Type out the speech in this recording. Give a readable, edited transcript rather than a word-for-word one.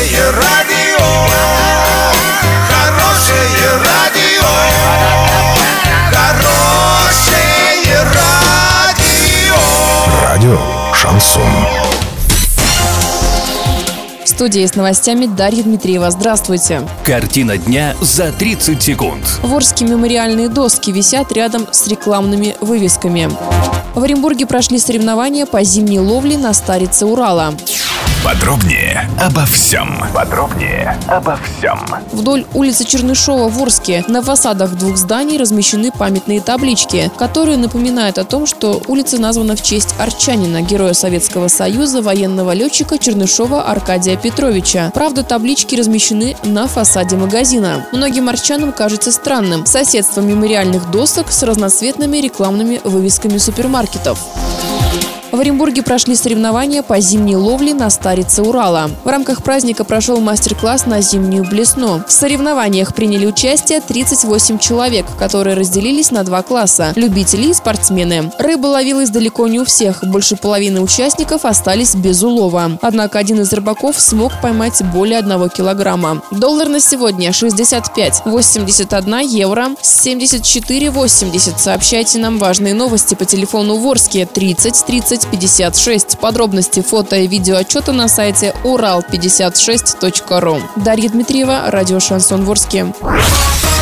Хорошее радио, хорошее радио, хорошее радио. Радио Шансон. В студии с новостями Дарья Дмитриева. Здравствуйте. Картина дня за 30 секунд. В Орске мемориальные доски висят рядом с рекламными вывесками. В Оренбурге прошли соревнования по зимней ловле на старице Урала. Подробнее обо всем. Вдоль улицы Чернышова в Орске на фасадах двух зданий размещены памятные таблички, которые напоминают о том, что улица названа в честь арчанина, героя Советского Союза, военного летчика Чернышова Аркадия Петровича. Правда, таблички размещены на фасаде магазина. Многим арчанам кажется странным соседство мемориальных досок с разноцветными рекламными вывесками супермаркетов. В Оренбурге прошли соревнования по зимней ловле на старице Урала. В рамках праздника прошел мастер-класс на зимнюю блесну. В соревнованиях приняли участие 38 человек, которые разделились на два класса – любители и спортсмены. Рыба ловилась далеко не у всех, больше половины участников остались без улова. Однако один из рыбаков смог поймать более 1 килограмма. Доллар на сегодня 65,81 евро, 74,80. Сообщайте нам важные новости по телефону в Орске 30 30 56. Подробности, фото и видео отчета на сайте ural56.ru. Дарья Дмитриева, радио Шансон в Орске.